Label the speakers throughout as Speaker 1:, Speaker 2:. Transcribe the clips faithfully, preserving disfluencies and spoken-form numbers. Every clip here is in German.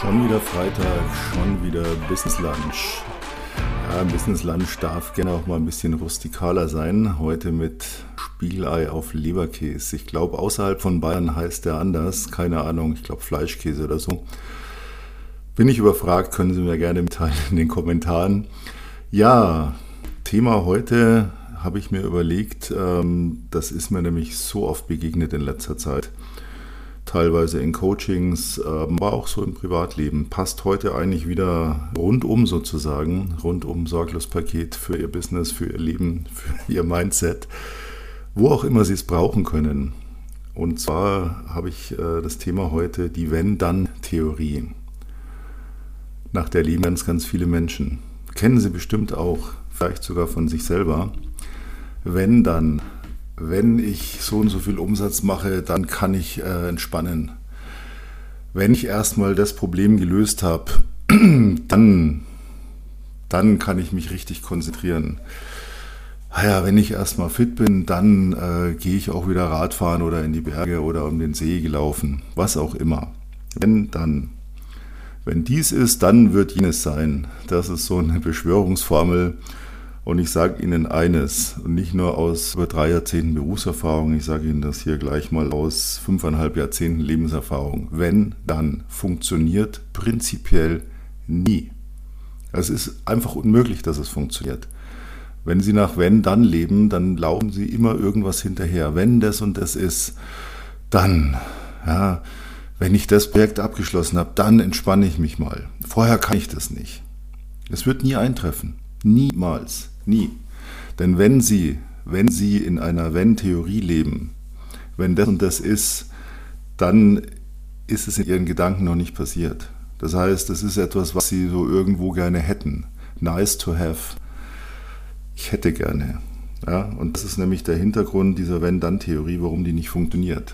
Speaker 1: Schon wieder Freitag, schon wieder Business Lunch. Ja, Business Lunch darf gerne auch mal ein bisschen rustikaler sein. Heute mit Spiegelei auf Leberkäse. Ich glaube, außerhalb von Bayern heißt der anders. Keine Ahnung, ich glaube Fleischkäse oder so. Bin ich überfragt, können Sie mir gerne mitteilen in den Kommentaren. Ja, Thema heute habe ich mir überlegt, ähm, das ist mir nämlich so oft begegnet in letzter Zeit. Teilweise in Coachings, äh, aber auch so im Privatleben. Passt heute eigentlich wieder rundum sozusagen, rundum Sorglos-Paket für Ihr Business, für Ihr Leben, für Ihr Mindset, wo auch immer Sie es brauchen können. Und zwar habe ich äh, das Thema heute die Wenn-Dann-Theorie. Nach der leben ganz, ganz viele Menschen. Kennen Sie bestimmt auch, vielleicht sogar von sich selber. Wenn dann, wenn ich so und so viel Umsatz mache, dann kann ich äh, entspannen. Wenn ich erstmal das Problem gelöst habe, dann, dann kann ich mich richtig konzentrieren. Ja, wenn ich erstmal fit bin, dann äh, gehe ich auch wieder Radfahren oder in die Berge oder um den See gelaufen, was auch immer. Wenn dann. Wenn dies ist, dann wird jenes sein. Das ist so eine Beschwörungsformel. Und ich sage Ihnen eines, und nicht nur aus über drei Jahrzehnten Berufserfahrung, ich sage Ihnen das hier gleich mal aus fünfeinhalb Jahrzehnten Lebenserfahrung. Wenn, dann funktioniert prinzipiell nie. Es ist einfach unmöglich, dass es funktioniert. Wenn Sie nach wenn, dann leben, dann laufen Sie immer irgendwas hinterher. Wenn das und das ist, dann, ja, wenn ich das Projekt abgeschlossen habe, dann entspanne ich mich mal. Vorher kann ich das nicht. Es wird nie eintreffen. Niemals. Nie. Denn wenn Sie, wenn Sie in einer Wenn-Theorie leben, wenn das und das ist, dann ist es in Ihren Gedanken noch nicht passiert. Das heißt, das ist etwas, was Sie so irgendwo gerne hätten. Nice to have. Ich hätte gerne. Ja, und das ist nämlich der Hintergrund dieser Wenn-Dann-Theorie, warum die nicht funktioniert.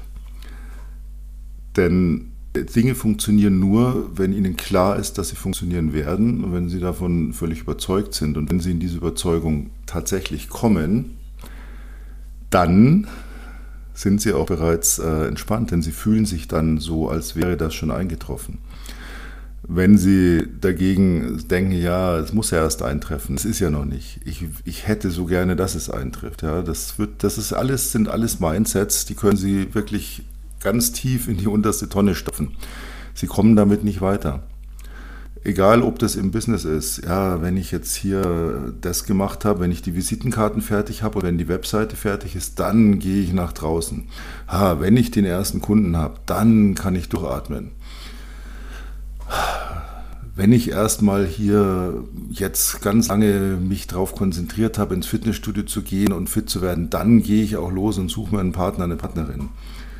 Speaker 1: Denn Dinge funktionieren nur, wenn Ihnen klar ist, dass sie funktionieren werden und wenn Sie davon völlig überzeugt sind. Und wenn Sie in diese Überzeugung tatsächlich kommen, dann sind Sie auch bereits äh, entspannt, denn Sie fühlen sich dann so, als wäre das schon eingetroffen. Wenn Sie dagegen denken, ja, es muss ja erst eintreffen, es ist ja noch nicht. Ich, ich hätte so gerne, dass es eintrifft. Ja, das wird, das ist alles, sind alles Mindsets, die können Sie wirklich ganz tief in die unterste Tonne stopfen. Sie kommen damit nicht weiter. Egal, ob das im Business ist. Ja, wenn ich jetzt hier das gemacht habe, wenn ich die Visitenkarten fertig habe oder wenn die Webseite fertig ist, dann gehe ich nach draußen. Ha, wenn ich den ersten Kunden habe, dann kann ich durchatmen. Wenn ich erstmal hier jetzt ganz lange mich darauf konzentriert habe, ins Fitnessstudio zu gehen und fit zu werden, dann gehe ich auch los und suche mir einen Partner, eine Partnerin.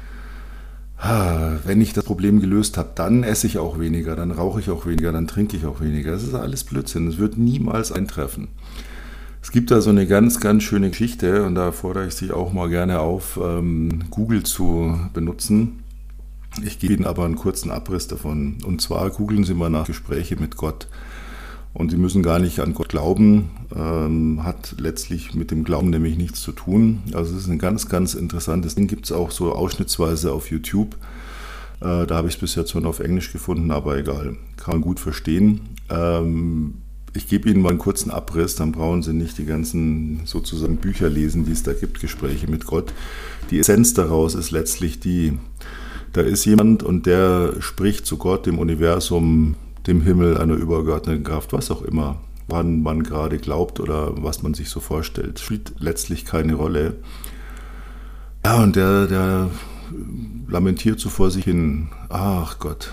Speaker 1: Wenn ich das Problem gelöst habe, dann esse ich auch weniger, dann rauche ich auch weniger, dann trinke ich auch weniger. Das ist alles Blödsinn, es wird niemals eintreffen. Es gibt da so eine ganz, ganz schöne Geschichte und da fordere ich Sie auch mal gerne auf, ähm, Google zu benutzen. Ich gebe Ihnen aber einen kurzen Abriss davon. Und zwar googeln Sie mal nach Gespräche mit Gott. Und Sie müssen gar nicht an Gott glauben, ähm, hat letztlich mit dem Glauben nämlich nichts zu tun. Also es ist ein ganz, ganz interessantes Ding. Gibt es auch so ausschnittsweise auf YouTube. Äh, da habe ich es bisher zwar nur auf Englisch gefunden, aber egal, kann man gut verstehen. Ähm, ich gebe Ihnen mal einen kurzen Abriss, dann brauchen Sie nicht die ganzen sozusagen Bücher lesen, die es da gibt, Gespräche mit Gott. Die Essenz daraus ist letztlich die, da ist jemand und der spricht zu Gott, dem Universum, dem Himmel, einer übergeordneten Kraft, was auch immer, wann man gerade glaubt oder was man sich so vorstellt, spielt letztlich keine Rolle. Ja, und der, der lamentiert so vor sich hin, ach Gott,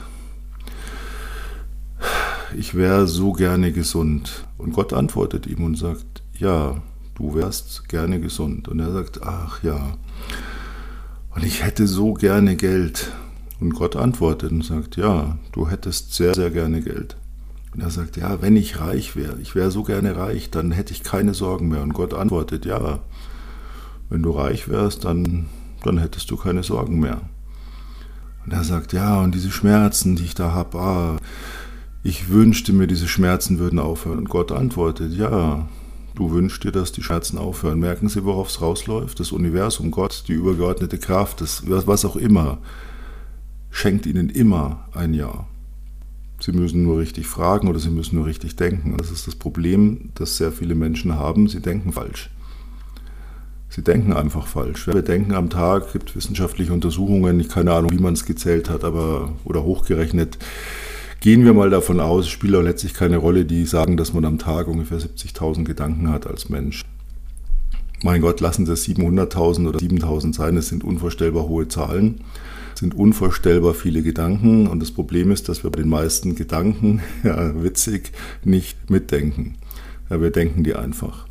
Speaker 1: ich wäre so gerne gesund. Und Gott antwortet ihm und sagt, ja, du wärst gerne gesund. Und er sagt, ach ja, und ich hätte so gerne Geld. Und Gott antwortet und sagt, ja, du hättest sehr, sehr gerne Geld. Und er sagt, ja, wenn ich reich wäre, ich wäre so gerne reich, dann hätte ich keine Sorgen mehr. Und Gott antwortet, ja, wenn du reich wärst, dann, dann hättest du keine Sorgen mehr. Und er sagt, ja, und diese Schmerzen, die ich da habe, ah, ich wünschte mir, diese Schmerzen würden aufhören. Und Gott antwortet, ja, du wünschst dir, dass die Schmerzen aufhören. Merken Sie, worauf es rausläuft? Das Universum, Gott, die übergeordnete Kraft, das, was auch immer, schenkt ihnen immer ein Ja. Sie müssen nur richtig fragen oder Sie müssen nur richtig denken. Und das ist das Problem, das sehr viele Menschen haben. Sie denken falsch. Sie denken einfach falsch. Wir denken am Tag, es gibt wissenschaftliche Untersuchungen, ich keine Ahnung, wie man es gezählt hat, aber oder hochgerechnet. Gehen wir mal davon aus, es spielt auch letztlich keine Rolle, die sagen, dass man am Tag ungefähr siebzigtausend Gedanken hat als Mensch. Mein Gott, lassen Sie es siebenhunderttausend oder siebentausend sein, das sind unvorstellbar hohe Zahlen. Sind unvorstellbar viele Gedanken und das Problem ist, dass wir bei den meisten Gedanken, ja witzig, nicht mitdenken. Ja, wir denken die einfach.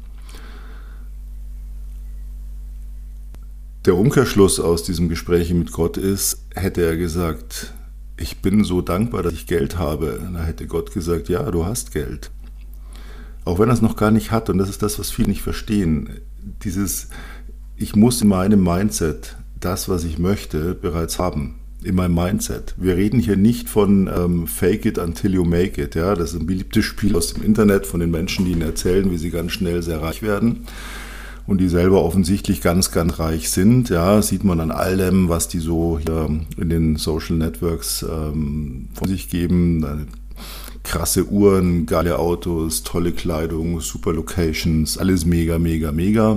Speaker 1: Der Umkehrschluss aus diesem Gespräch mit Gott ist, hätte er gesagt, ich bin so dankbar, dass ich Geld habe. Da hätte Gott gesagt, ja, du hast Geld. Auch wenn er es noch gar nicht hat und das ist das, was viele nicht verstehen. Dieses, ich muss in meinem Mindset das, was ich möchte, bereits haben. In meinem Mindset. Wir reden hier nicht von ähm, Fake it until you make it. Ja? Das ist ein beliebtes Spiel aus dem Internet von den Menschen, die ihnen erzählen, wie sie ganz schnell sehr reich werden. Und die selber offensichtlich ganz, ganz reich sind. Ja? Sieht man an all dem, was die so hier in den Social Networks ähm, von sich geben. Krasse Uhren, geile Autos, tolle Kleidung, super Locations, alles mega, mega, mega.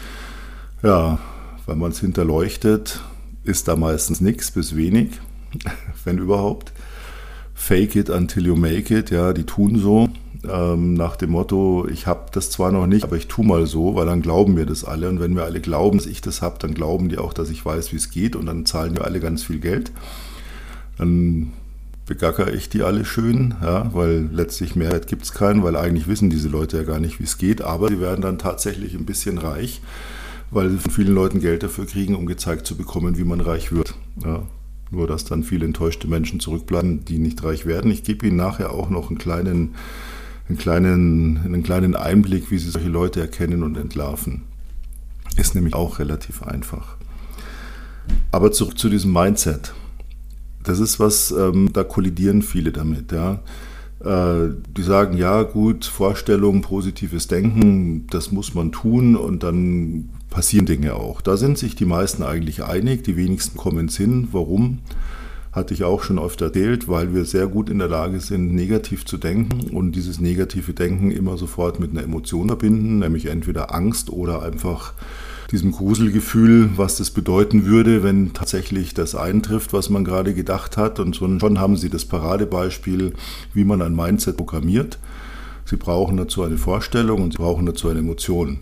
Speaker 1: Ja, wenn man es hinterleuchtet, ist da meistens nichts bis wenig, wenn überhaupt. Fake it until you make it, ja, die tun so, ähm, nach dem Motto, ich habe das zwar noch nicht, aber ich tue mal so, weil dann glauben wir das alle. Und wenn wir alle glauben, dass ich das habe, dann glauben die auch, dass ich weiß, wie es geht und dann zahlen wir alle ganz viel Geld. Dann begacker ich die alle schön, ja, weil letztlich Mehrwert gibt es keinen, weil eigentlich wissen diese Leute ja gar nicht, wie es geht, aber sie werden dann tatsächlich ein bisschen reich, weil sie von vielen Leuten Geld dafür kriegen, um gezeigt zu bekommen, wie man reich wird. Ja, nur, dass dann viele enttäuschte Menschen zurückbleiben, die nicht reich werden. Ich gebe Ihnen nachher auch noch einen kleinen, einen kleinen, einen kleinen Einblick, wie Sie solche Leute erkennen und entlarven. Ist nämlich auch relativ einfach. Aber zurück zu diesem Mindset. Das ist was, ähm, da kollidieren viele damit, ja. Die sagen, ja gut, Vorstellung, positives Denken, das muss man tun und dann passieren Dinge auch. Da sind sich die meisten eigentlich einig, die wenigsten kommen ins Hin. Warum? Hatte ich auch schon oft erzählt, weil wir sehr gut in der Lage sind, negativ zu denken und dieses negative Denken immer sofort mit einer Emotion verbinden, nämlich entweder Angst oder einfach diesem Gruselgefühl, was das bedeuten würde, wenn tatsächlich das eintrifft, was man gerade gedacht hat. Und schon haben Sie das Paradebeispiel, wie man ein Mindset programmiert. Sie brauchen dazu eine Vorstellung und Sie brauchen dazu eine Emotion.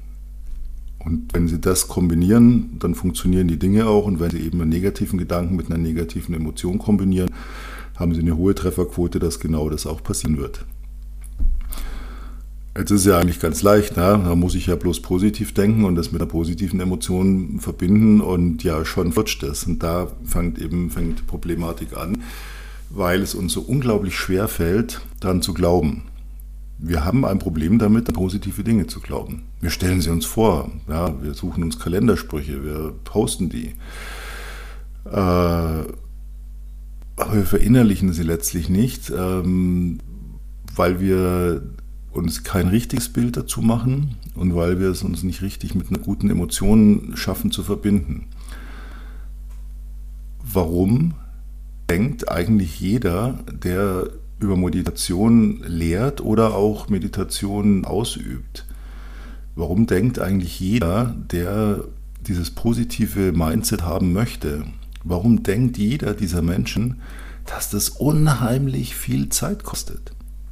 Speaker 1: Und wenn Sie das kombinieren, dann funktionieren die Dinge auch. Und wenn Sie eben einen negativen Gedanken mit einer negativen Emotion kombinieren, haben Sie eine hohe Trefferquote, dass genau das auch passieren wird. Jetzt ist es ja eigentlich ganz leicht, ne? Da muss ich ja bloß positiv denken und das mit einer positiven Emotion verbinden und ja, schon flutscht es. Und da fängt eben fängt die Problematik an, weil es uns so unglaublich schwer fällt, daran zu glauben. Wir haben ein Problem damit, an positive Dinge zu glauben. Wir stellen sie uns vor, ja? Wir suchen uns Kalendersprüche, wir posten die. Äh, aber wir verinnerlichen sie letztlich nicht, ähm, weil wir uns kein richtiges Bild dazu machen und weil wir es uns nicht richtig mit einer guten Emotion schaffen zu verbinden. Warum denkt eigentlich jeder, der über Meditation lehrt oder auch Meditation ausübt? Warum denkt eigentlich jeder, der dieses positive Mindset haben möchte? Warum denkt jeder dieser Menschen, dass das unheimlich viel Zeit kostet?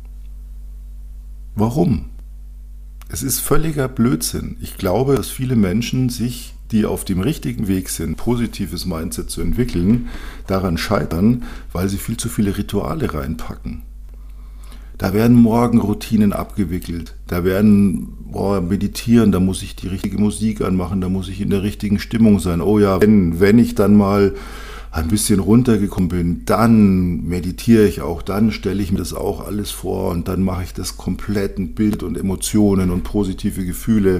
Speaker 1: Warum? Es ist völliger Blödsinn. Ich glaube, dass viele Menschen sich, die auf dem richtigen Weg sind, positives Mindset zu entwickeln, daran scheitern, weil sie viel zu viele Rituale reinpacken. Da werden Morgenroutinen abgewickelt, da werden boah, meditieren, da muss ich die richtige Musik anmachen, da muss ich in der richtigen Stimmung sein. Oh ja, wenn, wenn ich dann mal ein bisschen runtergekommen bin, dann meditiere ich auch, dann stelle ich mir das auch alles vor und dann mache ich das komplett in Bild und Emotionen und positive Gefühle.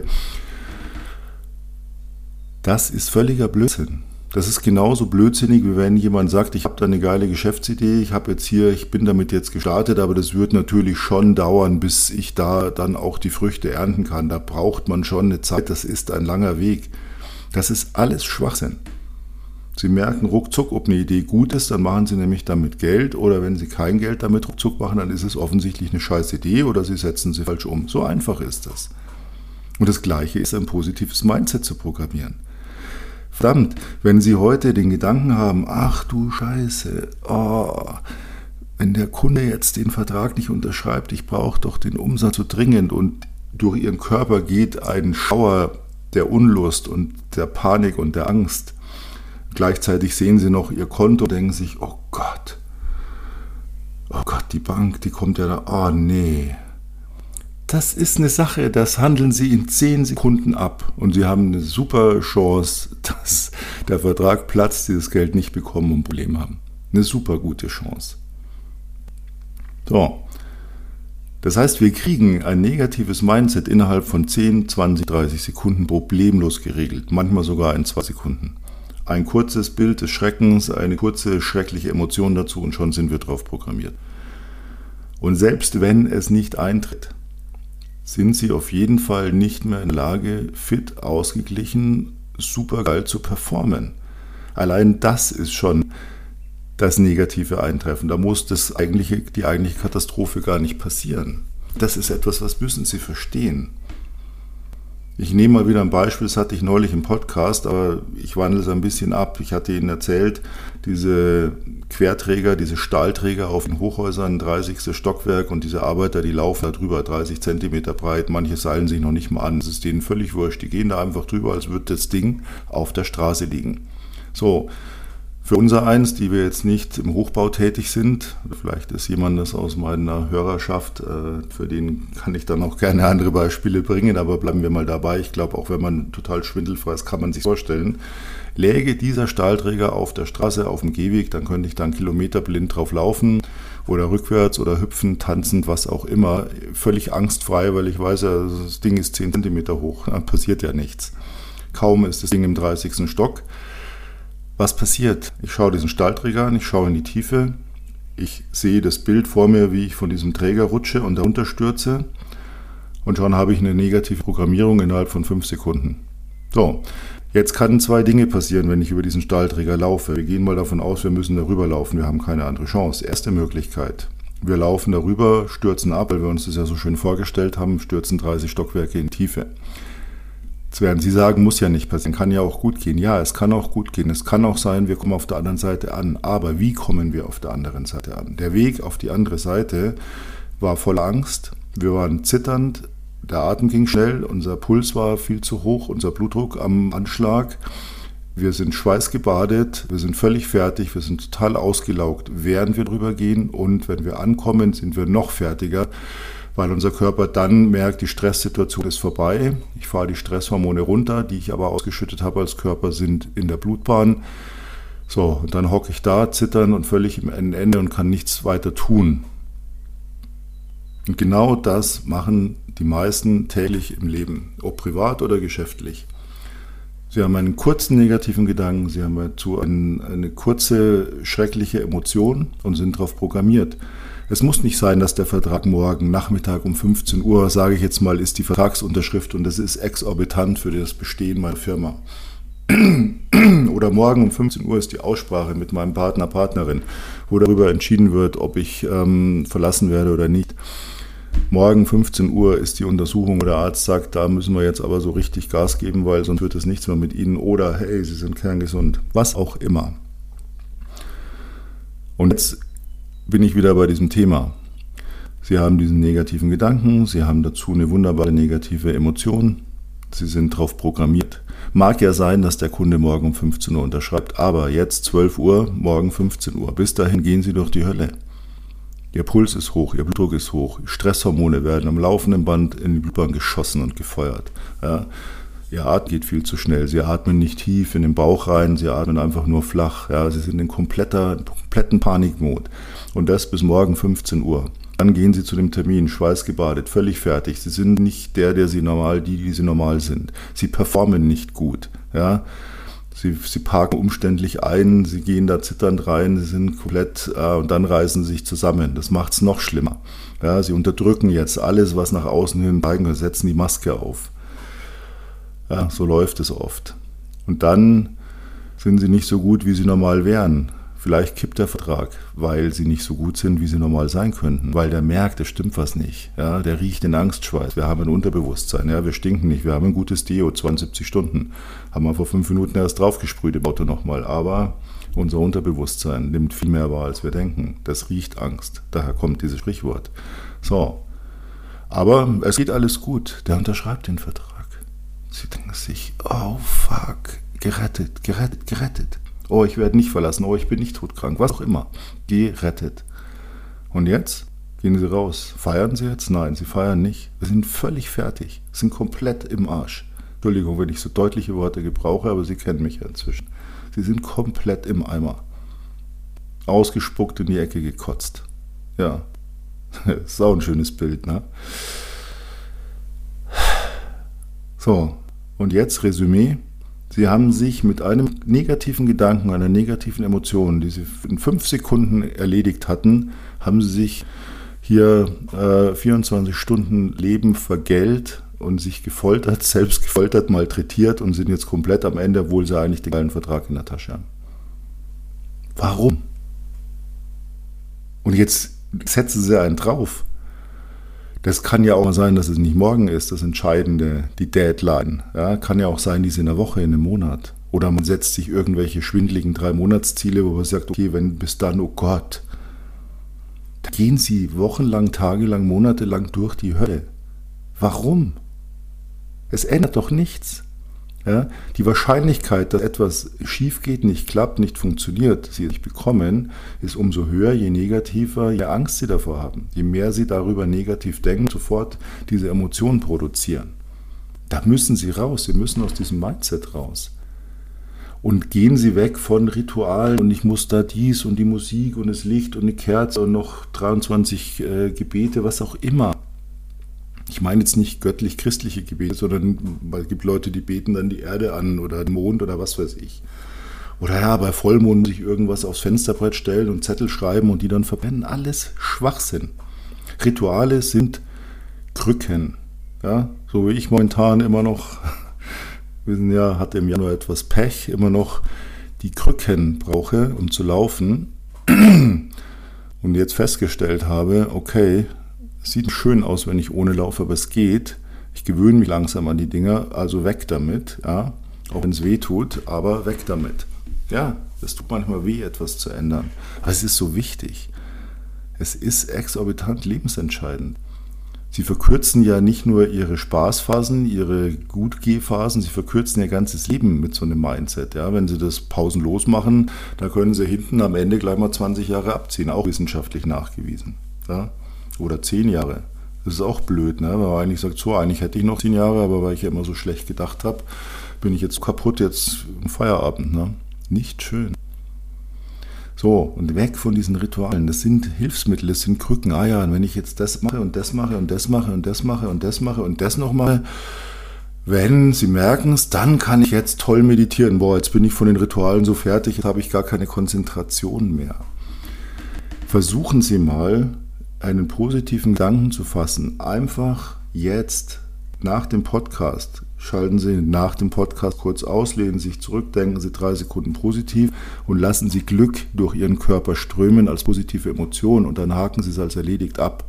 Speaker 1: Das ist völliger Blödsinn. Das ist genauso blödsinnig, wie wenn jemand sagt, ich habe da eine geile Geschäftsidee, ich habe jetzt hier, ich bin damit jetzt gestartet, aber das wird natürlich schon dauern, bis ich da dann auch die Früchte ernten kann. Da braucht man schon eine Zeit, das ist ein langer Weg. Das ist alles Schwachsinn. Sie merken ruckzuck, ob eine Idee gut ist, dann machen Sie nämlich damit Geld, oder wenn Sie kein Geld damit ruckzuck machen, dann ist es offensichtlich eine scheiß Idee oder Sie setzen sie falsch um. So einfach ist das. Und das Gleiche ist, ein positives Mindset zu programmieren. Verdammt, wenn Sie heute den Gedanken haben, ach du Scheiße, oh, wenn der Kunde jetzt den Vertrag nicht unterschreibt, ich brauche doch den Umsatz so dringend, und durch Ihren Körper geht ein Schauer der Unlust und der Panik und der Angst. Gleichzeitig sehen Sie noch Ihr Konto und denken sich, oh Gott, oh Gott, die Bank, die kommt ja da, oh nee. Das ist eine Sache, das handeln Sie in zehn Sekunden ab und Sie haben eine super Chance, dass der Vertrag platzt, Sie das Geld nicht bekommen und ein Problem haben. Eine super gute Chance. So, das heißt, wir kriegen ein negatives Mindset innerhalb von zehn, zwanzig, dreißig Sekunden problemlos geregelt, manchmal sogar in zwei Sekunden. Ein kurzes Bild des Schreckens, eine kurze schreckliche Emotion dazu und schon sind wir drauf programmiert. Und selbst wenn es nicht eintritt, sind Sie auf jeden Fall nicht mehr in der Lage, fit, ausgeglichen, super geil zu performen. Allein das ist schon das negative Eintreffen. Da muss das eigentliche, die eigentliche Katastrophe gar nicht passieren. Das ist etwas, was müssen Sie verstehen. Ich nehme mal wieder ein Beispiel, das hatte ich neulich im Podcast, aber ich wandle es ein bisschen ab. Ich hatte Ihnen erzählt, diese Querträger, diese Stahlträger auf den Hochhäusern, dreißigsten Stockwerk, und diese Arbeiter, die laufen da drüber, dreißig Zentimeter breit, manche seilen sich noch nicht mal an. Das ist denen völlig wurscht, die gehen da einfach drüber, als würde das Ding auf der Straße liegen. So, für unser eins, die wir jetzt nicht im Hochbau tätig sind, vielleicht ist jemand das aus meiner Hörerschaft, für den kann ich dann auch gerne andere Beispiele bringen, aber bleiben wir mal dabei. Ich glaube, auch wenn man total schwindelfrei ist, kann man sich vorstellen, läge dieser Stahlträger auf der Straße, auf dem Gehweg, dann könnte ich dann kilometerblind drauf laufen oder rückwärts oder hüpfen, tanzend, was auch immer, völlig angstfrei, weil ich weiß ja, das Ding ist zehn Zentimeter hoch, da passiert ja nichts. Kaum ist das Ding im dreißigsten Stock. Was passiert? Ich schaue diesen Stahlträger an, ich schaue in die Tiefe, ich sehe das Bild vor mir, wie ich von diesem Träger rutsche und darunter stürze, und schon habe ich eine negative Programmierung innerhalb von fünf Sekunden. So, jetzt kann zwei Dinge passieren, wenn ich über diesen Stahlträger laufe. Wir gehen mal davon aus, wir müssen darüber laufen, wir haben keine andere Chance. Erste Möglichkeit, wir laufen darüber, stürzen ab, weil wir uns das ja so schön vorgestellt haben, stürzen dreißig Stockwerke in Tiefe. Jetzt werden Sie sagen, muss ja nicht passieren, kann ja auch gut gehen. Ja, es kann auch gut gehen. Es kann auch sein, wir kommen auf der anderen Seite an. Aber wie kommen wir auf der anderen Seite an? Der Weg auf die andere Seite war voller Angst. Wir waren zitternd, der Atem ging schnell, unser Puls war viel zu hoch, unser Blutdruck am Anschlag. Wir sind schweißgebadet, wir sind völlig fertig, wir sind total ausgelaugt, während wir drüber gehen. Und wenn wir ankommen, sind wir noch fertiger, weil unser Körper dann merkt, die Stresssituation ist vorbei. Ich fahre die Stresshormone runter, die ich aber ausgeschüttet habe als Körper, sind in der Blutbahn. So, und dann hocke ich da, zittern und völlig im Ende und kann nichts weiter tun. Und genau das machen die meisten täglich im Leben, ob privat oder geschäftlich. Sie haben einen kurzen negativen Gedanken, sie haben dazu eine, eine kurze, schreckliche Emotion und sind darauf programmiert. Es muss nicht sein, dass der Vertrag morgen Nachmittag um fünfzehn Uhr, sage ich jetzt mal, ist die Vertragsunterschrift und das ist exorbitant für das Bestehen meiner Firma. Oder morgen um fünfzehn Uhr ist die Aussprache mit meinem Partner, Partnerin, wo darüber entschieden wird, ob ich ähm, verlassen werde oder nicht. Morgen fünfzehn Uhr ist die Untersuchung, wo der Arzt sagt, da müssen wir jetzt aber so richtig Gas geben, weil sonst wird es nichts mehr mit Ihnen. Oder hey, Sie sind kerngesund, was auch immer. Und jetzt bin ich wieder bei diesem Thema. Sie haben diesen negativen Gedanken, Sie haben dazu eine wunderbare negative Emotion, Sie sind darauf programmiert. Mag ja sein, dass der Kunde morgen um fünfzehn Uhr unterschreibt, aber jetzt zwölf Uhr, morgen fünfzehn Uhr. Bis dahin gehen Sie durch die Hölle. Ihr Puls ist hoch, Ihr Blutdruck ist hoch, Stresshormone werden am laufenden Band in die Blutbahn geschossen und gefeuert. Ja. Ihr Atem geht viel zu schnell, Sie atmen nicht tief in den Bauch rein, Sie atmen einfach nur flach. Ja. Sie sind in kompletter, kompletten Panikmod. Und das bis morgen fünfzehn Uhr. Dann gehen Sie zu dem Termin, schweißgebadet, völlig fertig. Sie sind nicht der, der Sie normal, die, die Sie normal sind. Sie performen nicht gut. Ja. Sie, Sie parken umständlich ein, Sie gehen da zitternd rein, Sie sind komplett äh, und dann reißen Sie sich zusammen. Das macht es noch schlimmer. Ja, Sie unterdrücken jetzt alles, was nach außen hin zeigen, und setzen die Maske auf. Ja, so läuft es oft. Und dann sind sie nicht so gut, wie sie normal wären. Vielleicht kippt der Vertrag, weil sie nicht so gut sind, wie sie normal sein könnten. Weil der merkt, es stimmt was nicht. Ja, der riecht den Angstschweiß. Wir haben ein Unterbewusstsein. Ja, wir stinken nicht. Wir haben ein gutes Deo, zweiundsiebzig Stunden. Haben wir vor fünf Minuten erst draufgesprüht im Auto nochmal. Aber unser Unterbewusstsein nimmt viel mehr wahr, als wir denken. Das riecht Angst. Daher kommt dieses Sprichwort. So. Aber es geht alles gut. Der unterschreibt den Vertrag. Sie denken sich, oh fuck, gerettet, gerettet, gerettet. Oh, ich werde nicht verlassen, oh, ich bin nicht todkrank, was auch immer. Gerettet. Und jetzt gehen sie raus. Feiern sie jetzt? Nein, sie feiern nicht. Sie sind völlig fertig, sind komplett im Arsch. Entschuldigung, wenn ich so deutliche Worte gebrauche, aber Sie kennen mich ja inzwischen. Sie sind komplett im Eimer. Ausgespuckt in die Ecke gekotzt. Ja, das ist auch ein schönes Bild, ne? So, und jetzt Resümee. Sie haben sich mit einem negativen Gedanken, einer negativen Emotion, die Sie in fünf Sekunden erledigt hatten, haben Sie sich hier äh, vierundzwanzig Stunden Leben vergällt und sich gefoltert, selbst gefoltert, malträtiert und sind jetzt komplett am Ende, obwohl Sie eigentlich den geilen Vertrag in der Tasche haben. Warum? Und jetzt setzen Sie einen drauf. Das kann ja auch sein, dass es nicht morgen ist, das Entscheidende, die Deadline. Ja, kann ja auch sein, die ist in einer Woche, in einem Monat. Oder man setzt sich irgendwelche schwindeligen Drei-Monats-Ziele, wo man sagt, okay, wenn bis dann, oh Gott. Da gehen Sie wochenlang, tagelang, monatelang durch die Hölle. Warum? Es ändert doch nichts. Ja, die Wahrscheinlichkeit, dass etwas schief geht, nicht klappt, nicht funktioniert, Sie nicht bekommen, ist umso höher, je negativer, je Angst Sie davor haben. Je mehr Sie darüber negativ denken, sofort diese Emotionen produzieren. Da müssen Sie raus, Sie müssen aus diesem Mindset raus. Und gehen Sie weg von Ritualen und ich muss da dies und die Musik und das Licht und eine Kerze und noch dreiundzwanzig äh, Gebete, was auch immer. Ich meine jetzt nicht göttlich-christliche Gebete, sondern weil es gibt Leute, die beten dann die Erde an oder den Mond oder was weiß ich. Oder ja, bei Vollmond sich irgendwas aufs Fensterbrett stellen und Zettel schreiben und die dann verbrennen. Alles Schwachsinn. Rituale sind Krücken. Ja, so wie ich momentan immer noch, wir sind ja, hatte im Januar etwas Pech, immer noch die Krücken brauche, um zu laufen. Und jetzt festgestellt habe, okay, sieht schön aus, wenn ich ohne laufe, aber es geht. Ich gewöhne mich langsam an die Dinger, also weg damit. Ja? Auch wenn es weh tut, aber weg damit. Ja, es tut manchmal weh, etwas zu ändern. Aber es ist so wichtig. Es ist exorbitant lebensentscheidend. Sie verkürzen ja nicht nur ihre Spaßphasen, ihre Gutgehphasen, sie verkürzen ihr ganzes Leben mit so einem Mindset. Ja? Wenn sie das pausenlos machen, da können sie hinten am Ende gleich mal zwanzig Jahre abziehen, auch wissenschaftlich nachgewiesen. Ja? Oder zehn Jahre. Das ist auch blöd, ne? Weil man eigentlich sagt, so, eigentlich hätte ich noch zehn Jahre, aber weil ich ja immer so schlecht gedacht habe, bin ich jetzt kaputt, jetzt im Feierabend. Ne? Nicht schön. So, und weg von diesen Ritualen. Das sind Hilfsmittel, das sind Krücken. Ah ja, und wenn ich jetzt das mache und das mache und das mache und das mache und das mache und das noch mache, wenn Sie merken es, dann kann ich jetzt toll meditieren. Boah, jetzt bin ich von den Ritualen so fertig, jetzt habe ich gar keine Konzentration mehr. Versuchen Sie mal, einen positiven Gedanken zu fassen, einfach jetzt nach dem Podcast, schalten Sie nach dem Podcast kurz aus, lehnen sich zurück, denken Sie drei Sekunden positiv und lassen Sie Glück durch Ihren Körper strömen als positive Emotion und dann haken Sie es als erledigt ab.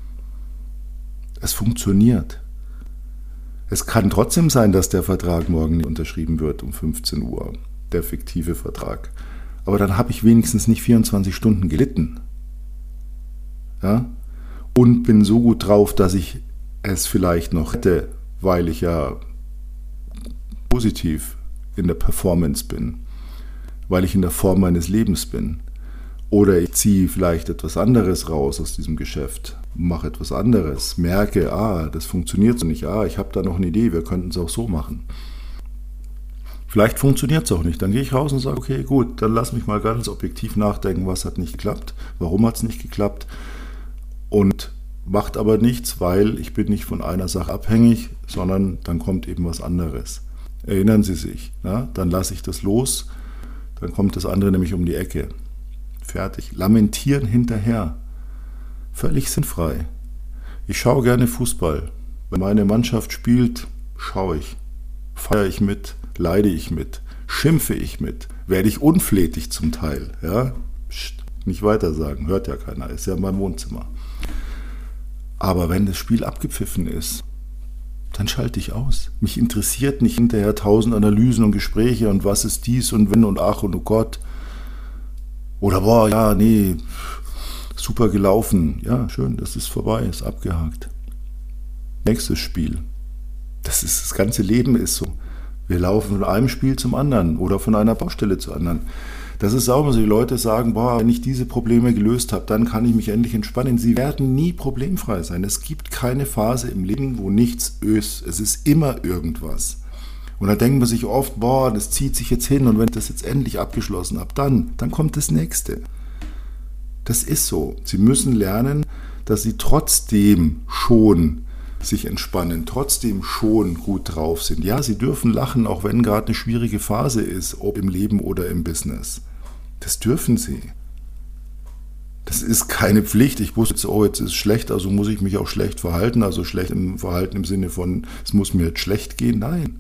Speaker 1: Es funktioniert. Es kann trotzdem sein, dass der Vertrag morgen nicht unterschrieben wird um fünfzehn Uhr, der fiktive Vertrag. Aber dann habe ich wenigstens nicht vierundzwanzig Stunden gelitten. Ja? Und bin so gut drauf, dass ich es vielleicht noch hätte, weil ich ja positiv in der Performance bin, weil ich in der Form meines Lebens bin. Oder ich ziehe vielleicht etwas anderes raus aus diesem Geschäft, mache etwas anderes, merke, ah, das funktioniert so nicht, ah, ich habe da noch eine Idee, wir könnten es auch so machen. Vielleicht funktioniert es auch nicht. Dann gehe ich raus und sage, okay, gut, dann lass mich mal ganz objektiv nachdenken, was hat nicht geklappt, warum hat es nicht geklappt. Und macht aber nichts, weil ich bin nicht von einer Sache abhängig, sondern dann kommt eben was anderes. Erinnern Sie sich, ja? Dann lasse ich das los, dann kommt das andere nämlich um die Ecke. Fertig. Lamentieren hinterher. Völlig sinnfrei. Ich schaue gerne Fußball. Wenn meine Mannschaft spielt, schaue ich. Feiere ich mit, leide ich mit. Schimpfe ich mit? Werde ich unflätig zum Teil? Ja? Psst, nicht weiter sagen, hört ja keiner, ist ja in meinem Wohnzimmer. Aber wenn das Spiel abgepfiffen ist, dann schalte ich aus. Mich interessiert nicht hinterher tausend Analysen und Gespräche und was ist dies und wenn und ach und oh Gott. Oder boah, ja, nee, super gelaufen. Ja, schön, das ist vorbei, ist abgehakt. Nächstes Spiel. Das ist, das ganze Leben ist so. Wir laufen von einem Spiel zum anderen oder von einer Baustelle zur anderen. Das ist auch immer so, die Leute sagen, boah, wenn ich diese Probleme gelöst habe, dann kann ich mich endlich entspannen. Sie werden nie problemfrei sein. Es gibt keine Phase im Leben, wo nichts ist. Es ist immer irgendwas. Und da denkt man sich oft, boah, das zieht sich jetzt hin und wenn ich das jetzt endlich abgeschlossen habe, dann, dann kommt das Nächste. Das ist so. Sie müssen lernen, dass Sie trotzdem schon sich entspannen, trotzdem schon gut drauf sind. Ja, Sie dürfen lachen, auch wenn gerade eine schwierige Phase ist, ob im Leben oder im Business. Das dürfen Sie. Das ist keine Pflicht. Ich wusste jetzt, oh, jetzt ist es schlecht, also muss ich mich auch schlecht verhalten. Also schlecht im Verhalten im Sinne von, es muss mir jetzt schlecht gehen. Nein.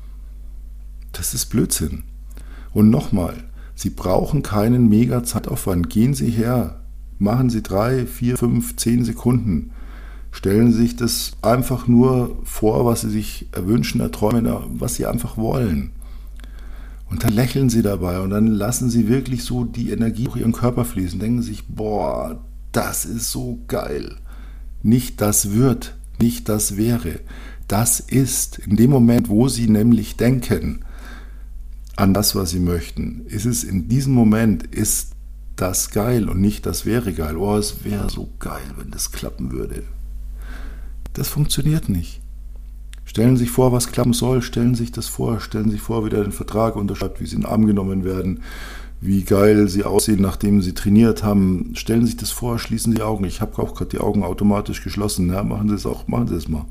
Speaker 1: Das ist Blödsinn. Und nochmal, Sie brauchen keinen mega Zeitaufwand. Gehen Sie her, machen Sie drei, vier, fünf, zehn Sekunden. Stellen Sie sich das einfach nur vor, was Sie sich erwünschen, erträumen, was Sie einfach wollen. Und dann lächeln Sie dabei und dann lassen Sie wirklich so die Energie durch Ihren Körper fließen. Denken Sie sich, boah, das ist so geil. Nicht das wird, nicht das wäre. Das ist. In dem Moment, wo Sie nämlich denken an das, was Sie möchten, ist es in diesem Moment, ist das geil und nicht das wäre geil. Oh, es wäre so geil, wenn das klappen würde. Das funktioniert nicht. Stellen Sie sich vor, was klappen soll, stellen Sie sich das vor, stellen Sie sich vor, wie der den Vertrag unterschreibt, wie Sie in den Arm genommen werden, wie geil Sie aussehen, nachdem Sie trainiert haben. Stellen Sie sich das vor, schließen Sie die Augen. Ich habe auch gerade die Augen automatisch geschlossen. Ja, machen Sie es auch, machen Sie es mal.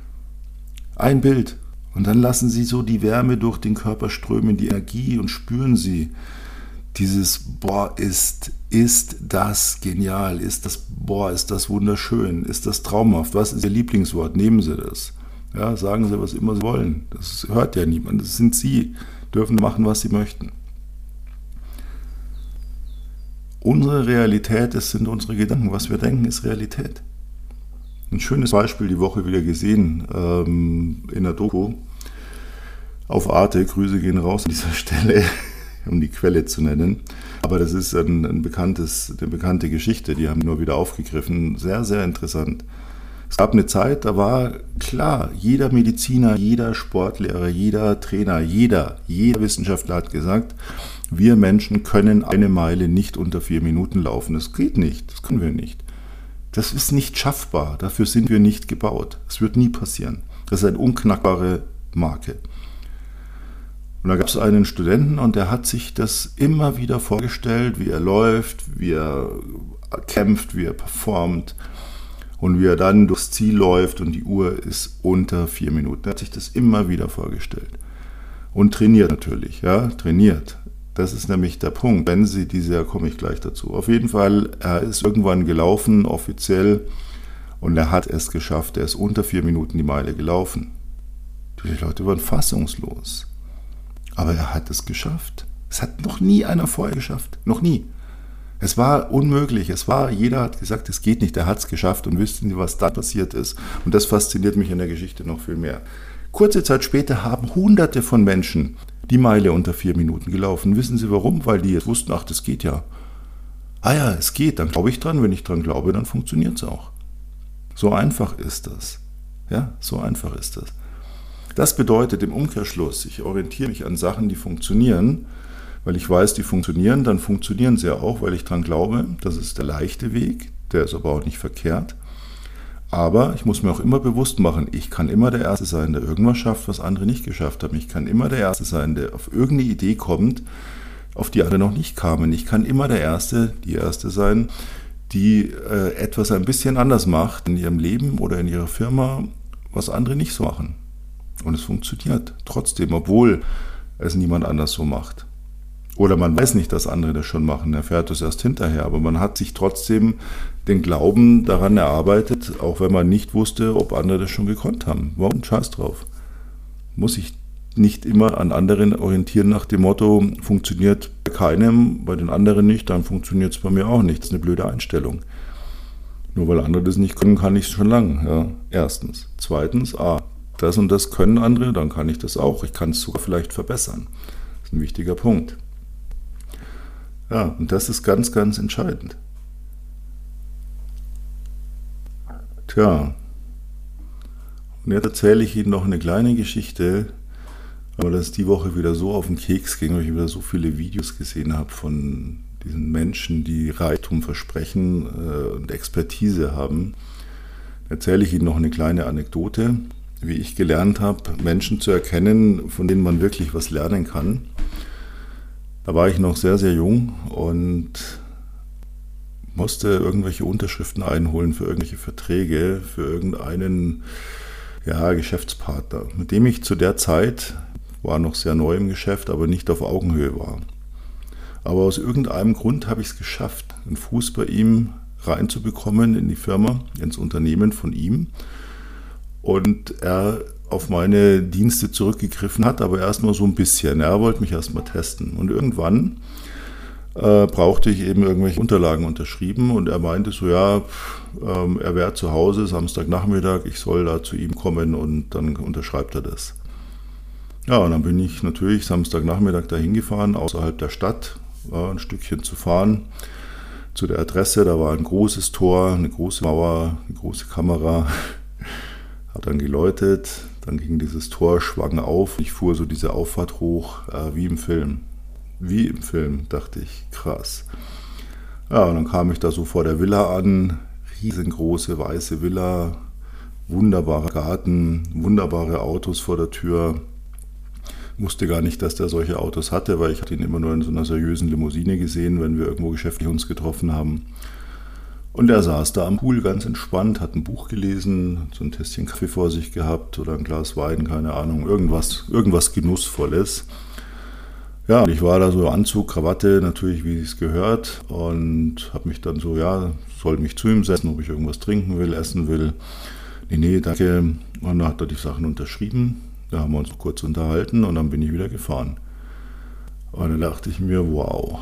Speaker 1: Ein Bild und dann lassen Sie so die Wärme durch den Körper strömen, die Energie und spüren Sie dieses, boah, ist, ist das genial, ist das, boah, ist das wunderschön, ist das traumhaft, was ist Ihr Lieblingswort, nehmen Sie das. Ja, sagen Sie, was immer Sie wollen. Das hört ja niemand. Das sind Sie. Dürfen machen, was Sie möchten. Unsere Realität, das sind unsere Gedanken. Was wir denken, ist Realität. Ein schönes Beispiel die Woche wieder gesehen ähm, in der Doku auf Arte. Grüße gehen raus an dieser Stelle, um die Quelle zu nennen. Aber das ist ein, ein bekanntes, eine bekannte Geschichte. Die haben nur wieder aufgegriffen. Sehr, sehr interessant. Es gab eine Zeit, da war klar, jeder Mediziner, jeder Sportlehrer, jeder Trainer, jeder, jeder Wissenschaftler hat gesagt, wir Menschen können eine Meile nicht unter vier Minuten laufen. Das geht nicht, das können wir nicht. Das ist nicht schaffbar, dafür sind wir nicht gebaut. Das wird nie passieren. Das ist eine unknackbare Marke. Und da gab es einen Studenten und der hat sich das immer wieder vorgestellt, wie er läuft, wie er kämpft, wie er performt. Und wie er dann durchs Ziel läuft und die Uhr ist unter vier Minuten. Er hat sich das immer wieder vorgestellt. Und trainiert natürlich, ja, trainiert. Das ist nämlich der Punkt. Wenn Sie diese, da komme ich gleich dazu. Auf jeden Fall, er ist irgendwann gelaufen, offiziell, und er hat es geschafft. Er ist unter vier Minuten die Meile gelaufen. Die Leute waren fassungslos. Aber er hat es geschafft. Es hat noch nie einer vorher geschafft. Noch nie. Es war unmöglich, es war, jeder hat gesagt, es geht nicht, er hat es geschafft und wissen Sie, was da passiert ist. Und das fasziniert mich in der Geschichte noch viel mehr. Kurze Zeit später haben Hunderte von Menschen die Meile unter vier Minuten gelaufen. Wissen Sie warum? Weil die jetzt wussten, ach, das geht ja. Ah ja, es geht, dann glaube ich dran, wenn ich dran glaube, dann funktioniert es auch. So einfach ist das. Ja, so einfach ist das. Das bedeutet im Umkehrschluss, ich orientiere mich an Sachen, die funktionieren, weil ich weiß, die funktionieren, dann funktionieren sie ja auch, weil ich dran glaube, das ist der leichte Weg, der ist aber auch nicht verkehrt. Aber ich muss mir auch immer bewusst machen, ich kann immer der Erste sein, der irgendwas schafft, was andere nicht geschafft haben. Ich kann immer der Erste sein, der auf irgendeine Idee kommt, auf die andere noch nicht kamen. Ich kann immer der Erste, die Erste sein, die äh, etwas ein bisschen anders macht in ihrem Leben oder in ihrer Firma, was andere nicht so machen. Und es funktioniert trotzdem, obwohl es niemand anders so macht. Oder man weiß nicht, dass andere das schon machen, erfährt es erst hinterher. Aber man hat sich trotzdem den Glauben daran erarbeitet, auch wenn man nicht wusste, ob andere das schon gekonnt haben. Warum? Scheiß drauf. Muss ich nicht immer an anderen orientieren nach dem Motto, funktioniert bei keinem, bei den anderen nicht, dann funktioniert es bei mir auch nicht. Das ist eine blöde Einstellung. Nur weil andere das nicht können, kann ich es schon lang. Ja. Erstens. Zweitens, ah, das und das können andere, dann kann ich das auch. Ich kann es sogar vielleicht verbessern. Das ist ein wichtiger Punkt. Ja, und das ist ganz, ganz entscheidend. Tja, und jetzt erzähle ich Ihnen noch eine kleine Geschichte, weil das die Woche wieder so auf den Keks ging, weil ich wieder so viele Videos gesehen habe von diesen Menschen, die Reichtum versprechen äh, und Expertise haben. Erzähle ich Ihnen noch eine kleine Anekdote, wie ich gelernt habe, Menschen zu erkennen, von denen man wirklich was lernen kann. Da war ich noch sehr, sehr jung und musste irgendwelche Unterschriften einholen für irgendwelche Verträge, für irgendeinen ja, Geschäftspartner, mit dem ich zu der Zeit, war noch sehr neu im Geschäft, aber nicht auf Augenhöhe war. Aber aus irgendeinem Grund habe ich es geschafft, einen Fuß bei ihm reinzubekommen in die Firma, ins Unternehmen von ihm. Und er auf meine Dienste zurückgegriffen hat, aber erst mal so ein bisschen. Er wollte mich erst mal testen. Und irgendwann äh, brauchte ich eben irgendwelche Unterlagen unterschrieben und er meinte so, ja, ähm, er wäre zu Hause Samstagnachmittag, ich soll da zu ihm kommen und dann unterschreibt er das. Ja, und dann bin ich natürlich Samstagnachmittag dahin gefahren, außerhalb der Stadt, ja, ein Stückchen zu fahren, zu der Adresse. Da war ein großes Tor, eine große Mauer, eine große Kamera. Hat dann geläutet, dann ging dieses Tor, schwang auf. Ich fuhr so diese Auffahrt hoch, äh, wie im Film. Wie im Film, dachte ich, krass. Ja, und dann kam ich da so vor der Villa an, riesengroße weiße Villa, wunderbarer Garten, wunderbare Autos vor der Tür. Wusste gar nicht, dass der solche Autos hatte, weil ich hatte ihn immer nur in so einer seriösen Limousine gesehen, wenn wir irgendwo geschäftlich uns getroffen haben. Und er saß da am Pool ganz entspannt, hat ein Buch gelesen, so ein Tässchen Kaffee vor sich gehabt oder ein Glas Wein, keine Ahnung, irgendwas, irgendwas Genussvolles. Ja, und ich war da so Anzug, Krawatte, natürlich wie es gehört und habe mich dann so, ja, soll mich zu ihm setzen, ob ich irgendwas trinken will, essen will. Nee, nee, danke. Und dann hat er die Sachen unterschrieben. Da haben wir uns kurz unterhalten und dann bin ich wieder gefahren. Und dann dachte ich mir, wow,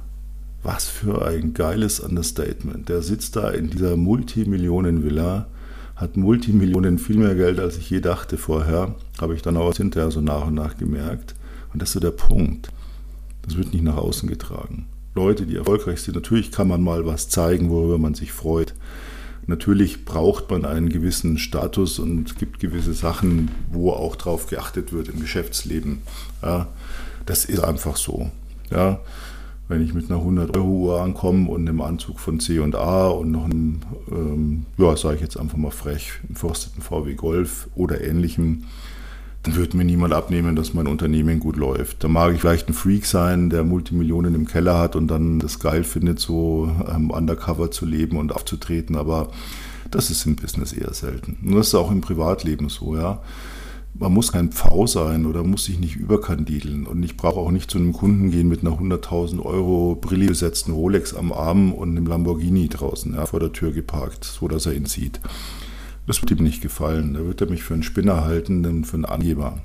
Speaker 1: was für ein geiles Understatement. Der sitzt da in dieser Multimillionen-Villa, hat Multimillionen, viel mehr Geld, als ich je dachte vorher. Habe ich dann auch hinterher so nach und nach gemerkt. Und das ist so der Punkt. Das wird nicht nach außen getragen. Leute, die erfolgreich sind, natürlich kann man mal was zeigen, worüber man sich freut. Natürlich braucht man einen gewissen Status und es gibt gewisse Sachen, wo auch drauf geachtet wird im Geschäftsleben. Ja, das ist einfach so. Ja, wenn ich mit einer hundert Euro Uhr ankomme und einem Anzug von C und A und noch einem, ähm, ja, sage ich jetzt einfach mal frech, einem verrosteten V W Golf oder ähnlichem, dann wird mir niemand abnehmen, dass mein Unternehmen gut läuft. Da mag ich vielleicht ein Freak sein, der Multimillionen im Keller hat und dann das geil findet, so ähm, undercover zu leben und aufzutreten, aber das ist im Business eher selten. Und das ist auch im Privatleben so, ja. Man muss kein Pfau sein oder muss sich nicht überkandideln und ich brauche auch nicht zu einem Kunden gehen mit einer hunderttausend Euro Brille besetzten Rolex am Arm und einem Lamborghini draußen, ja, vor der Tür geparkt, so dass er ihn sieht. Das wird ihm nicht gefallen. Da wird er mich für einen Spinner halten, für einen Angeber.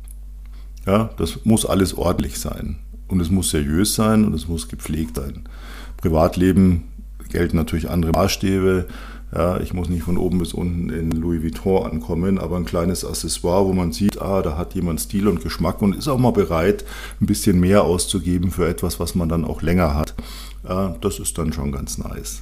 Speaker 1: Ja, das muss alles ordentlich sein. Und es muss seriös sein und es muss gepflegt sein. Privatleben gelten natürlich andere Maßstäbe. Ja, ich muss nicht von oben bis unten in Louis Vuitton ankommen, aber ein kleines Accessoire, wo man sieht, ah, da hat jemand Stil und Geschmack und ist auch mal bereit, ein bisschen mehr auszugeben für etwas, was man dann auch länger hat. Ja, das ist dann schon ganz nice.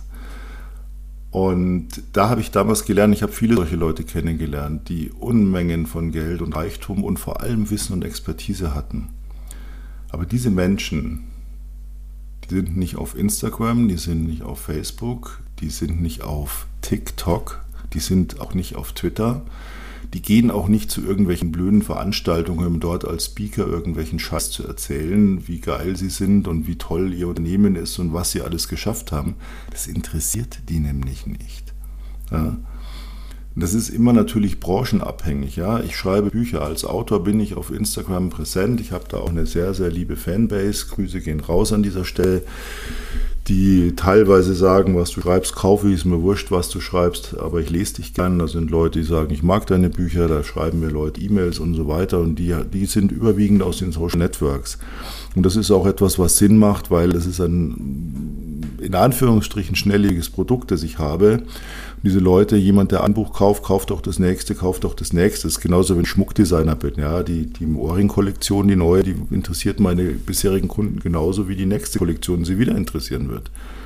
Speaker 1: Und da habe ich damals gelernt, ich habe viele solche Leute kennengelernt, die Unmengen von Geld und Reichtum und vor allem Wissen und Expertise hatten. Aber diese Menschen, die sind nicht auf Instagram, die sind nicht auf Facebook, die sind nicht auf TikTok, die sind auch nicht auf Twitter, die gehen auch nicht zu irgendwelchen blöden Veranstaltungen, um dort als Speaker irgendwelchen Scheiß zu erzählen, wie geil sie sind und wie toll ihr Unternehmen ist und was sie alles geschafft haben. Das interessiert die nämlich nicht. Ja. Das ist immer natürlich branchenabhängig. Ja. Ich schreibe Bücher, als Autor bin ich auf Instagram präsent. Ich habe da auch eine sehr, sehr liebe Fanbase. Grüße gehen raus an dieser Stelle. die teilweise sagen, was du schreibst, kaufe ich, ist mir wurscht, was du schreibst, aber ich lese dich gern. Da sind Leute, die sagen, ich mag deine Bücher, da schreiben mir Leute E-Mails und so weiter und die, die sind überwiegend aus den Social Networks. Und das ist auch etwas, was Sinn macht, weil es ist ein, in Anführungsstrichen, schnelllebiges Produkt, das ich habe. Und diese Leute, jemand, der ein Buch kauft, kauft auch das nächste, kauft auch das nächste. Das ist genauso, wenn ich Schmuckdesigner bin. Ja, die, die Ohrring-Kollektion, die neue, die interessiert meine bisherigen Kunden genauso wie die nächste Kollektion sie wieder interessieren wird.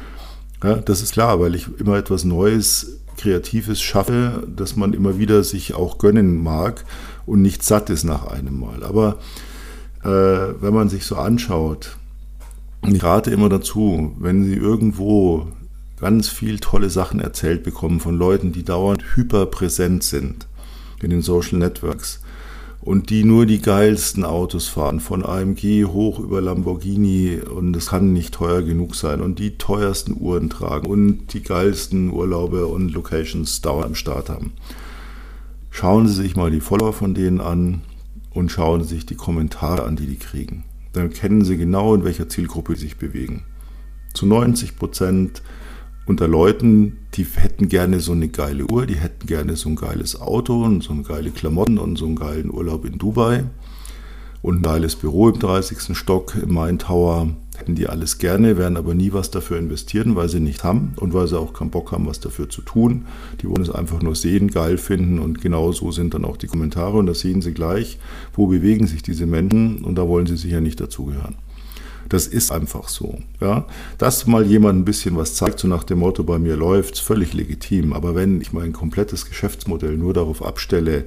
Speaker 1: Ja, das ist klar, weil ich immer etwas Neues, Kreatives schaffe, dass man immer wieder sich auch gönnen mag und nicht satt ist nach einem Mal. Aber äh, wenn man sich so anschaut, ich rate immer dazu, wenn Sie irgendwo ganz viel tolle Sachen erzählt bekommen von Leuten, die dauernd hyperpräsent sind in den Social Networks und die nur die geilsten Autos fahren, von A M G hoch über Lamborghini, und es kann nicht teuer genug sein, und die teuersten Uhren tragen und die geilsten Urlaube und Locations dauernd am Start haben. Schauen Sie sich mal die Follower von denen an und schauen Sie sich die Kommentare an, die die kriegen. Dann kennen Sie genau, in welcher Zielgruppe sie sich bewegen. Zu neunzig Prozent unter Leuten, die hätten gerne so eine geile Uhr, die hätten gerne so ein geiles Auto und so eine geile Klamotten und so einen geilen Urlaub in Dubai und ein geiles Büro im dreißigsten Stock im Main Tower. Hätten die alles gerne, werden aber nie was dafür investieren, weil sie nicht haben und weil sie auch keinen Bock haben, was dafür zu tun. Die wollen es einfach nur sehen, geil finden, und genau so sind dann auch die Kommentare, und da sehen sie gleich, wo bewegen sich diese Menschen, und da wollen sie sicher nicht dazugehören. Das ist einfach so. Ja? Dass mal jemand ein bisschen was zeigt, so nach dem Motto, bei mir läuft es, völlig legitim. Aber wenn ich mein komplettes Geschäftsmodell nur darauf abstelle,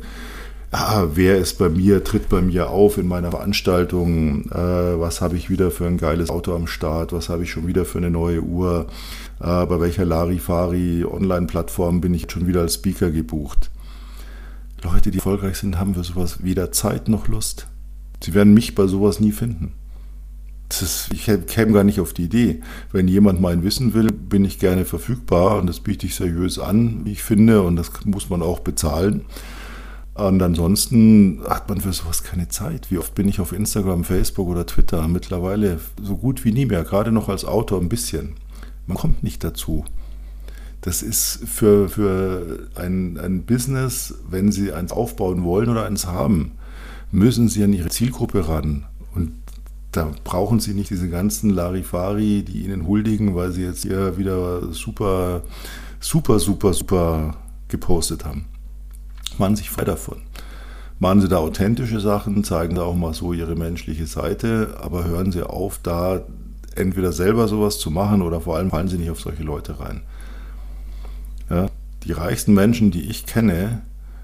Speaker 1: ah, wer ist bei mir, tritt bei mir auf in meiner Veranstaltung, äh, was habe ich wieder für ein geiles Auto am Start, was habe ich schon wieder für eine neue Uhr, äh, bei welcher Larifari-Online-Plattform bin ich schon wieder als Speaker gebucht. Leute, die erfolgreich sind, haben für sowas weder Zeit noch Lust. Sie werden mich bei sowas nie finden. Das ist, ich käme gar nicht auf die Idee. Wenn jemand mein Wissen will, bin ich gerne verfügbar, und das biete ich seriös an, wie ich finde, und das muss man auch bezahlen. Und ansonsten hat man für sowas keine Zeit. Wie oft bin ich auf Instagram, Facebook oder Twitter? Mittlerweile so gut wie nie mehr, gerade noch als Autor ein bisschen. Man kommt nicht dazu. Das ist für, für ein, ein Business, wenn Sie eins aufbauen wollen oder eins haben, müssen Sie an Ihre Zielgruppe ran. Und da brauchen Sie nicht diese ganzen Larifari, die Ihnen huldigen, weil Sie jetzt hier wieder super, super, super, super gepostet haben. Machen Sie sich frei davon. Machen Sie da authentische Sachen, zeigen da auch mal so Ihre menschliche Seite, aber hören Sie auf, da entweder selber sowas zu machen, oder vor allem fallen Sie nicht auf solche Leute rein. Ja, die reichsten Menschen, die ich kenne,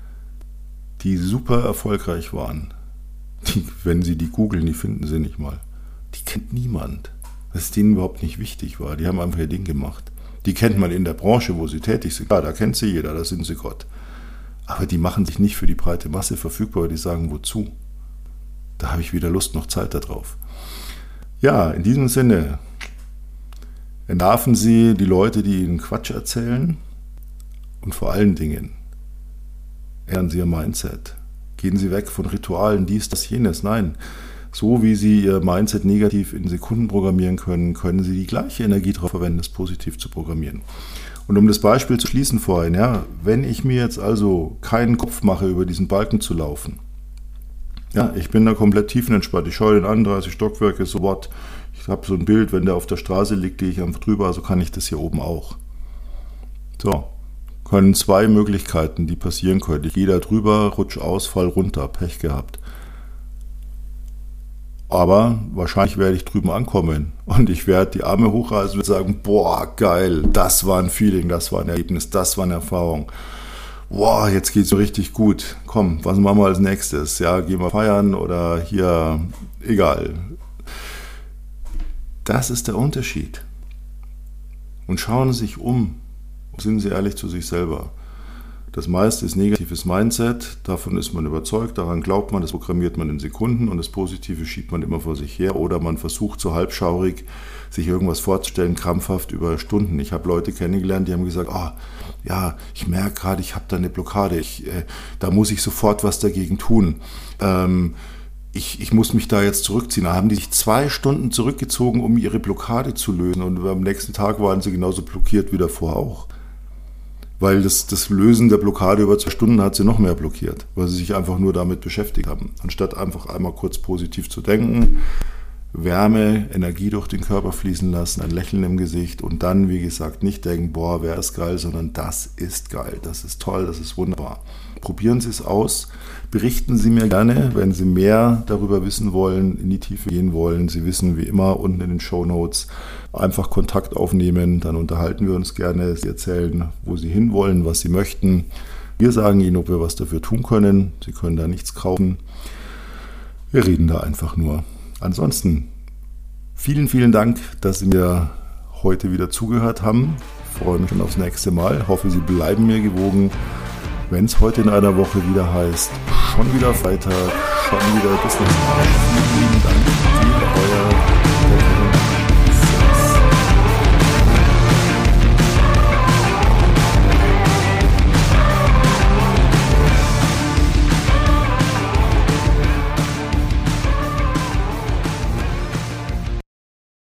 Speaker 1: die super erfolgreich waren, die, wenn Sie die googeln, die finden Sie nicht mal. Die kennt niemand, weil es denen überhaupt nicht wichtig war. Die haben einfach ihr Ding gemacht. Die kennt man in der Branche, wo sie tätig sind. Klar, da kennt sie jeder, da sind sie Gott. Aber die machen sich nicht für die breite Masse verfügbar, weil die sagen, wozu? Da habe ich weder Lust noch Zeit darauf. Ja, in diesem Sinne, entlarven Sie die Leute, die Ihnen Quatsch erzählen, und vor allen Dingen ändern Sie Ihr Mindset. Gehen Sie weg von Ritualen, dies, das, jenes. Nein, so wie Sie Ihr Mindset negativ in Sekunden programmieren können, können Sie die gleiche Energie darauf verwenden, es positiv zu programmieren. Und um das Beispiel zu schließen vorhin, ja, wenn ich mir jetzt also keinen Kopf mache, über diesen Balken zu laufen, ja, ich bin da komplett tiefenentspannt, ich schaue den an, dreißig Stockwerke, so what, ich habe so ein Bild, wenn der auf der Straße liegt, gehe ich einfach drüber, also kann ich das hier oben auch. So, können zwei Möglichkeiten, die passieren können. Ich gehe da drüber, rutsch aus, fall runter, Pech gehabt. Aber wahrscheinlich werde ich drüben ankommen und ich werde die Arme hochreißen und sagen, boah, geil, das war ein Feeling, das war ein Erlebnis, das war eine Erfahrung. Boah, jetzt geht's so richtig gut. Komm, was machen wir als nächstes? Ja, gehen wir feiern oder hier, egal. Das ist der Unterschied. Und schauen Sie sich um, sind Sie ehrlich zu sich selber. Das meiste ist negatives Mindset, davon ist man überzeugt, daran glaubt man, das programmiert man in Sekunden, und das Positive schiebt man immer vor sich her, oder man versucht so halbschaurig, sich irgendwas vorzustellen, krampfhaft über Stunden. Ich habe Leute kennengelernt, die haben gesagt, oh, ja, ich merke gerade, ich habe da eine Blockade, ich, äh, da muss ich sofort was dagegen tun. Ähm, ich, ich muss mich da jetzt zurückziehen. Da haben die sich zwei Stunden zurückgezogen, um ihre Blockade zu lösen. Und am nächsten Tag waren sie genauso blockiert wie davor auch. Weil das, das Lösen der Blockade über zwei Stunden hat sie noch mehr blockiert, weil sie sich einfach nur damit beschäftigt haben. Anstatt einfach einmal kurz positiv zu denken, Wärme, Energie durch den Körper fließen lassen, ein Lächeln im Gesicht und dann, wie gesagt, nicht denken, boah, wer ist geil, sondern das ist geil, das ist toll, das ist wunderbar. Probieren Sie es aus, berichten Sie mir gerne, wenn Sie mehr darüber wissen wollen, in die Tiefe gehen wollen. Sie wissen wie immer unten in den Shownotes einfach Kontakt aufnehmen, dann unterhalten wir uns gerne. Sie erzählen, wo Sie hinwollen, was Sie möchten. Wir sagen Ihnen, ob wir was dafür tun können. Sie können da nichts kaufen. Wir reden da einfach nur. Ansonsten vielen, vielen Dank, dass Sie mir heute wieder zugehört haben. Ich freue mich schon aufs nächste Mal. Ich hoffe, Sie bleiben mir gewogen. Wenn es heute in einer Woche wieder heißt, schon wieder Freitag, schon wieder Business Lunch.